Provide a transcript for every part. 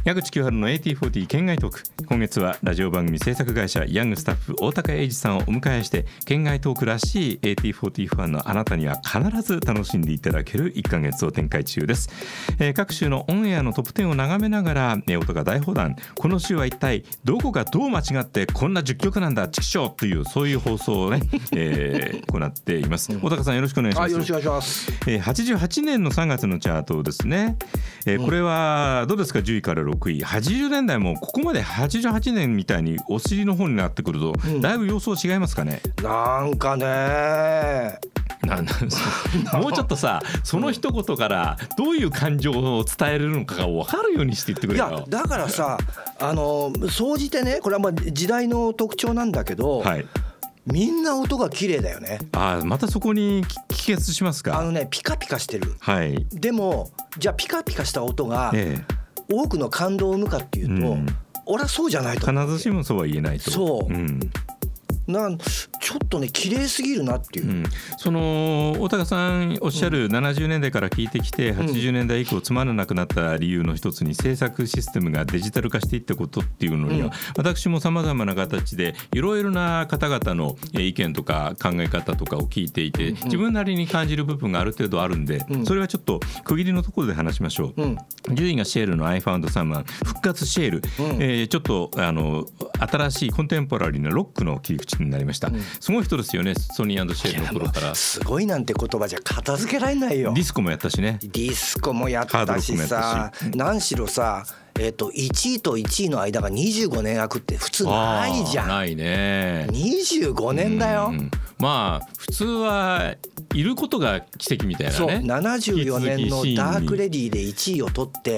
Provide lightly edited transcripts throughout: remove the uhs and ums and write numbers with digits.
矢口清春の AT40 県外トーク。今月はラジオ番組制作会社ヤングスタッフ大高英二さんをお迎えして、県外トークらしい AT40 ファンのあなたには必ず楽しんでいただける1ヶ月を展開中です。各週のオンエアのトップ10を眺めながら、大高大放談、この週は一体どこがどう間違ってこんな10曲なんだチキショーという、そういう放送をね、行っています。大高さんよろしくお願いします。 よろしくお願いします。 88年の3月のチャートですね。これはどうですか、10位から6位。80年代もここまで88年みたいにお尻の方になってくると、だいぶ様相違いますかね。 なんかねもうちょっとさ、その一言からどういう感情を伝えるのかが分かるようにして言ってくれよ。 いやだからさ、総じてね、これはまあ時代の特徴なんだけど、はい、みんな音が綺麗だよね。 またそこに帰結しますか。 ピカピカしてる、 はい、 でもじゃあピカピカした音が多くの感動を生むかっていうと、俺はそうじゃないと思う。 必ずしもそうは言えないと。 そう、ちょっとね綺麗すぎるなっていう、 その大高さんおっしゃる70年代から聞いてきて、80年代以降つまらなくなった理由の一つに、制作システムがデジタル化していったことっていうのには、私もさまざまな形でいろいろな方々の意見とか考え方とかを聞いていて、自分なりに感じる部分がある程度あるんで、それはちょっと区切りのところで話しましょう。10位がシェールの I Found Someone、 復活シェール、ちょっと新しいコンテンポラリーなロックの切り口になりました。すごい人ですよね、ソニー&シェールの頃から。 すごいなんて言葉じゃ片付けられないよ。 ディスコもやったしね。 ディスコもやったしさ、何しろさ、1位と1位の間が25年空くって普通ないじゃん。 ないね。 25年だよ。 まあ普通はいることが奇跡みたいなね。 そう、74年のダークレディで1位を取って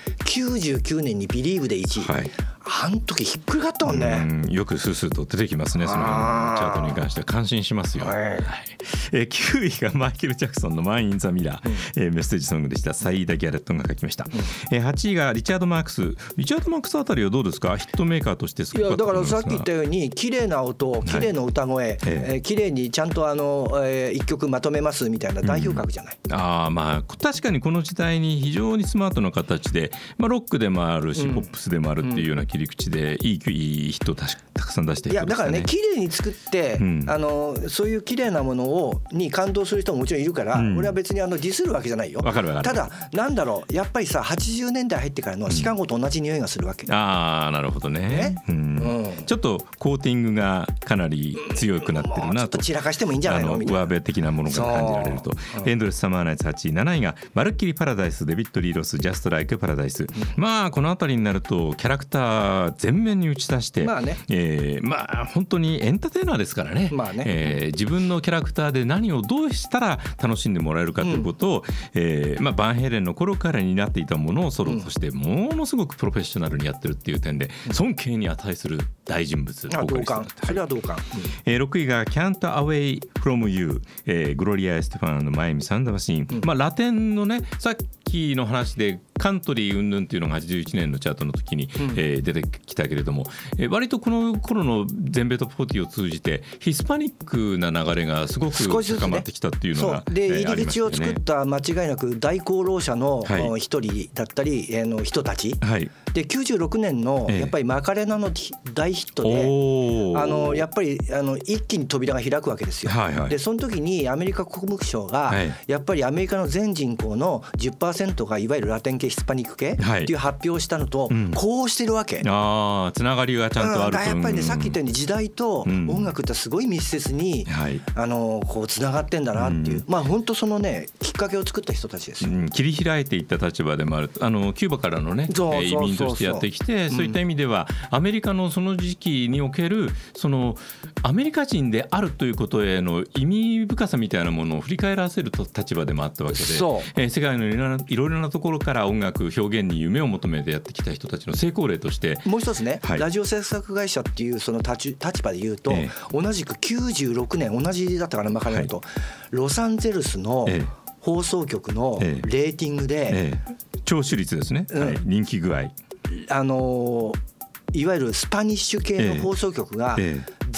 、99年にビリーブで1位、あの時ひっくり返ったもんね。 よくスースーと出てきますね、そのチャートに関しては。感心しますよ。9位がマイケル・ジャクソンのマイン・ザ・ミラー、メッセージソングでした。サイーダ・ギャレットが書きました。8位がリチャード・マークス。リチャード・マークスあたりはどうですか、ヒットメーカーとして。 いやだからさっき言ったように綺麗な音、綺麗な歌声、綺麗にちゃんと一曲まとめますみたいな代表格じゃない。 まあ確かにこの時代に非常にスマートな形で、ロックでもあるし、ポップスでもあるっていうような切り口でいいヒットをたくさん出している。 いやだからね、綺麗に作って、そういう綺麗なものに感動する人ももちろんいるから、俺は別にディスるわけじゃないよ。ただなんだろう、やっぱりさ80年代入ってからのシカゴと同じ匂いがするわけ。 なるほどね。ちょっとコーティングがかなり強くなってるなと。 ちょっと散らかしてもいいんじゃないのみたいな上辺的なものが感じられると。エンドレスサマーナイツ8位。7位がマルッキリ・パラダイス、デビッド・リーロス、ジャスト・ライク・パラダイス。この辺りになるとキャラクター全面に打ち出して、本当にエンターテイナーですからね。自分のキャラクターで何をどうしたら楽しんでもらえるかということを、バンヘイレンの頃から担っていたものをソロとしてものすごくプロフェッショナルにやってるっていう点で尊敬に値する大人物。 同感。それは同感。 6位が Can't Away From You、グロリア・エステファンのマイアミ・サンダーシーン。ラテンのね、さっきの話でカントリー云々っていうのが81年のチャートの時に、出てきたけれども、割とこの頃の全米トップ40を通じてヒスパニックな流れがすごく高まってきたっていうのが、 で入り口を作った間違いなく大功労者の一人だったり人たち、で96年のやっぱりマカレナの大ヒットで、やっぱり一気に扉が開くわけですよ。でその時にアメリカ国務省が、やっぱりアメリカの全人口の 10% がいわゆるラテン系ヒスパニック系っていう発表をしたのと、こうしてるわけ。 つながりがちゃんとあると。 やっぱりね、さっき言ったように時代と音楽ってすごい密接にこうつながってんだなっていう、本当そのねきっかけを作った人たちですよ。 切り開いていった立場でもある。キューバからのね移民としてやってきて、そういった意味ではアメリカのその時期におけるそのアメリカ人であるということへの意味深さみたいなものを振り返らせる立場でもあったわけで、世界のいろいろなところから音楽表現に夢を求めてやってきた人たちの成功例として、 もう一つね、ラジオ制作会社っていうその立場で言うと、同じく96年同じだったかな、マカレナと、ロサンゼルスの放送局のレーティングで、 聴取率ですね、人気具合、 いわゆるスパニッシュ系の放送局が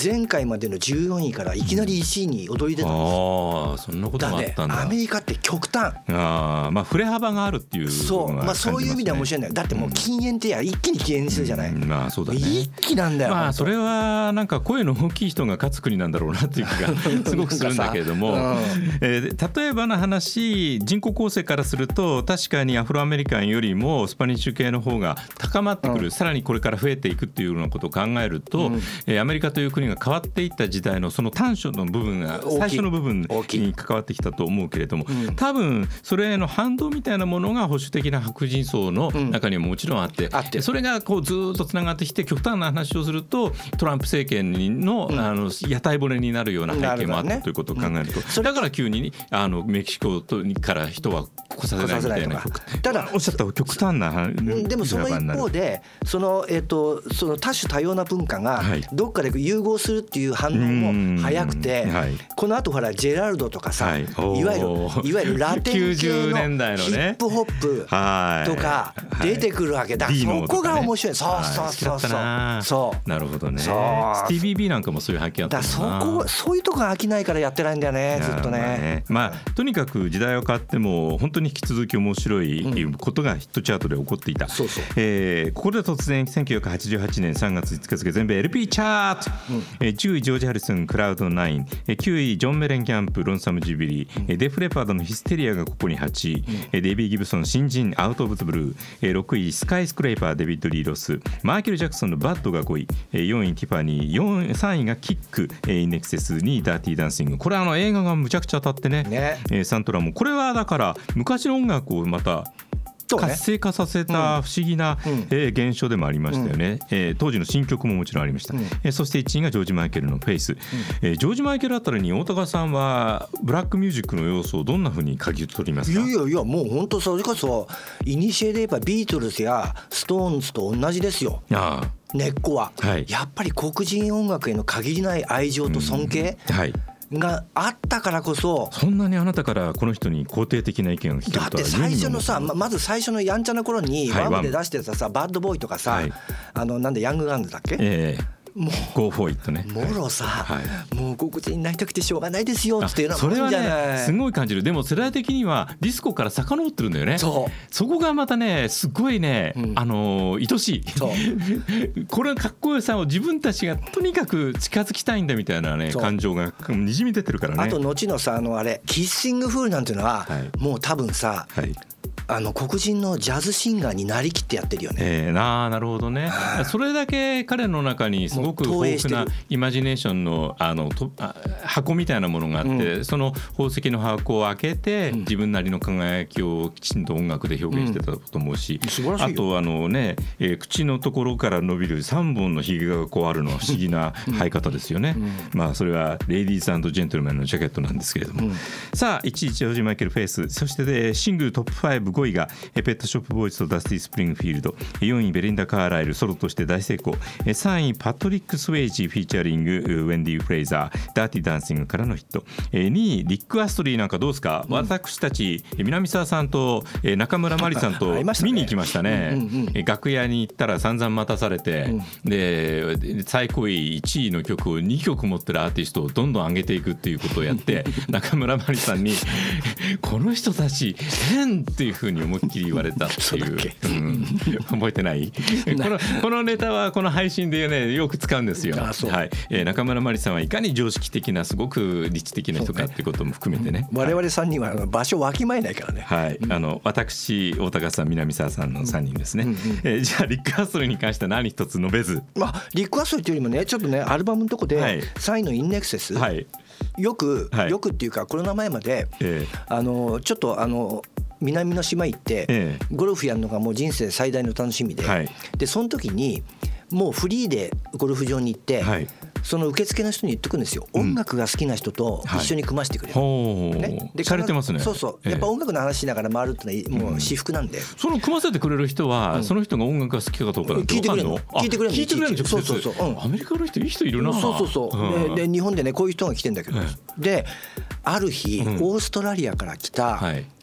前回までの14位からいきなり1位に躍り出たんですよ。 そんなこともあったんだ。 アメリカって極端。 振れ幅があるっていう。 そう、そういう意味では面白いんだよ。だってもう禁煙って一気に禁煙するじゃない。 そうだね。 一気なんだよ。 それはなんか声の大きい人が勝つ国なんだろうなっていう気がすごくするんだけれども、例えばの話、人口構成からすると確かにアフロアメリカンよりもスパニッシュ系の方が高まってくる、さらにこれから増えていくっていうようなことを考えると、アメリカという国が変わっていった時代のその短所の部分が最初の部分に関わってきたと思うけれども、多分それへの反動みたいなものが保守的な白人層の中にももちろんあって、それがこうずっとつながってきて、極端な話をするとトランプ政権の屋台骨になるような背景もあったということを考えると、だから急にメキシコから人は来させないみたいな、ただおっしゃった極端な。 でもその一方でその多種多様な文化がどっかで融合するっていう反応も早くて、この後ほらジェラルドとかさ、いわゆるラテン系のヒップホップとか出てくるわけだ。そこが面白い。そうなるほどね。スティービー・ビーなんかもそういう発見あったな。そういうとこが飽きないからやってないんだよね、ずっとね。 とにかく時代は変わっても本当に引き続き面白いことがヒットチャートで起こっていた。ここで突然1988年3月5日付全米 LP チャート、10位ジョージ・ハリソンクラウド9、9位ジョン・メレンキャンプロンサム・ジュビリー、デフレパードのヒステリアがここに8位、デイビー・ギブソン新人アウト・オブ・ザ・ブルー、6位スカイスクレーパーデビッド・リー・ロス、マーケル・ジャクソンのバッドが5位、4位ティファニー、3位がキック、インネクセス、2位ダーティー・ダンシング。これ映画がむちゃくちゃ当たってね、サントラもこれはだから昔の音楽をまた活性化させた不思議な現象でもありましたよね。当時の新曲ももちろんありました。そして1位がジョージ・マイケルのフェイス。ジョージ・マイケルあたりに大高さんはブラックミュージックの要素をどんなふうに嗅ぎ取りますか？ いやもう本当それこそイニシエで言えばビートルズやストーンズと同じですよ。根っこは、やっぱり黒人音楽への限りない愛情と尊敬、があったからこそ。 そんなにあなたからこの人に肯定的な意見が聞けるとは。 だって最初のさ、まず最初のやんちゃな頃にワムで出してたさ、バッドボーイとかさ、なんでヤングガンズだっけ、もう Go for it ね。 もろさ、もう黒人になりたくてしょうがないですよっていうのはそれはねすごい感じる。でも世代的にはディスコから遡ってるんだよね。そこがまたねすごいね、愛しい。これかっこよさを自分たちがとにかく近づきたいんだみたいなね感情がにじみ出てるからね。 あと後のさキッシングフールなんていうのは、もう多分さ、黒人のジャズシンガーになりきってやってるよね。 なるほどね。それだけ彼の中にすごく豊富なイマジネーションの箱みたいなものがあって、その宝石の箱を開けて自分なりの輝きをきちんと音楽で表現してたと思うし、あと口のところから伸びる3本のひげがこうあるのは不思議な生え方ですよね。それはレイディーズ&ジェントルメンのジャケットなんですけれども、さあ1位ジョージ・マイケル・フェイス、そしてシングルトップ5 5位がペットショップボーイズとダスティ・スプリングフィールド、4位ベリンダ・カーライルソロとして大成功、3位パトリック・スウェイジフィーチャリングウェンディ・フレイザーダーティ・ダンシングからのヒット、2位リック・アストリーなんかどうですか？私たち南沢さんと中村真理さんと見に行きましたね。楽屋に行ったら散々待たされて、で最高位1位の曲を2曲持ってるアーティストをどんどん上げていくっていうことをやって中村真理さんにこの人たち変っていう風に思いっきり言われたっていう、覚えてない？このネタはこの配信でねよく使うんですよ。中村真理さんはいかに常識的なすごく理知的な人かっていうことも含めてね、 我々3人は場所わきまえないからね。 私大高さん南沢さんの3人ですね。じゃあリック・アストリーに関しては何一つ述べず、 リック・アストリーというよりもねちょっとねアルバムのとこで3位のインネクセス、よくっていうかコロナ前までちょっと南の島行ってゴルフやるのがもう人生最大の楽しみで、でその時にもうフリーでゴルフ場に行って、その受付の人に言っとくんですよ、音楽が好きな人と一緒に組ませてくれる、 でされてますね。 やっぱ音楽の話しながら回るってのはもう私服なんで、 その組ませてくれる人は、その人が音楽が好きかどうかって分かるの？聞いてくれるの。アメリカの人いい人いるな。 で日本でねこういう人が来てんだけど、である日オーストラリアから来た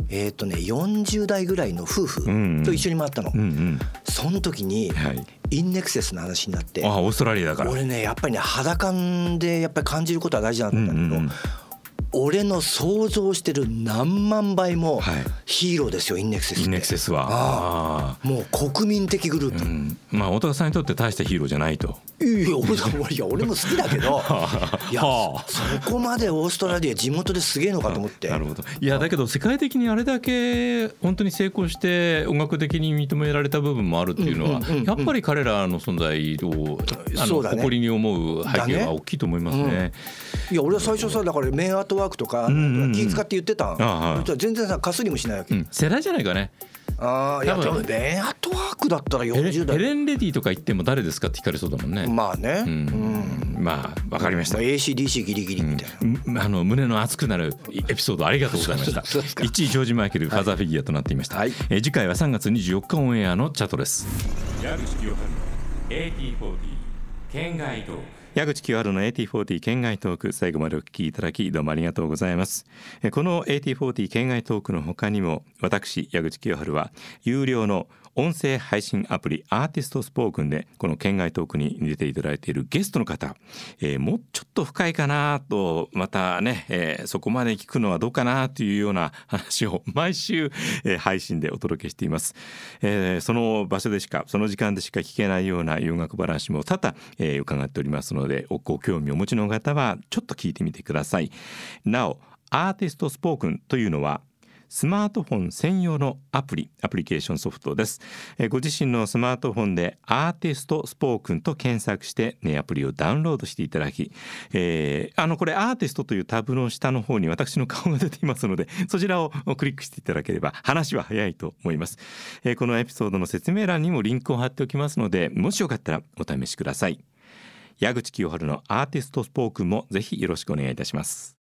40代ぐらいの夫婦と一緒に回ったの、その時にインネクセスの話になって、 オーストラリアだから。 俺ねやっぱりね肌感でやっぱり感じることは大事だと思ったんだけど、俺の想像してる何万倍もヒーローですよ、インネクセスって。 インネクセスはもう国民的グループ、 大高さんにとって大したヒーローじゃないと。 俺も好きだけどいやそこまでオーストラリア地元ですげえのかと思って。 なるほど。いやだけど世界的にあれだけ本当に成功して音楽的に認められた部分もあるっていうのは、やっぱり彼らの存在を誇りに思う背景は大きいと思いますね。 いや俺は最初さだからメンアートワークとか気使って言ってたん、全然さかすりもしないわけ、 世代じゃないかね。 いやでもメンアートワークだったら40代ヘレン・レディとか言っても誰ですかって聞かれそうだもんね。 まあね、 まあ分かりました。 ACDC ギリギリみたいな、 胸の熱くなるエピソードありがとうございました。1位ジョージ・マイケル、ファザーフィギュアとなっていました。次回は3月24日オンエアのチャットです。矢口清春の AT40 県外トーク。矢口清春の AT40 県外トーク、最後までお聞きいただきどうもありがとうございます。この AT40 県外トークの他にも、私矢口清春は有料の音声配信アプリアーティストスポークンでこの県外トークに出ていただいているゲストの方、もうちょっと深いかなと、またね、そこまで聞くのはどうかなというような話を毎週、配信でお届けしています。その場所でしか、その時間でしか聞けないような洋楽話も多々、伺っておりますので、ご興味をお持ちの方はちょっと聞いてみてください。なお、アーティストスポークンというのはスマートフォン専用のアプリケーションソフトです。ご自身のスマートフォンでアーティストスポークンと検索して、アプリをダウンロードしていただき、これアーティストというタブの下の方に私の顔が出ていますので、そちらをクリックしていただければ話は早いと思います。このエピソードの説明欄にもリンクを貼っておきますので、もしよかったらお試しください。矢口清春のアーティストスポークンもぜひよろしくお願いいたします。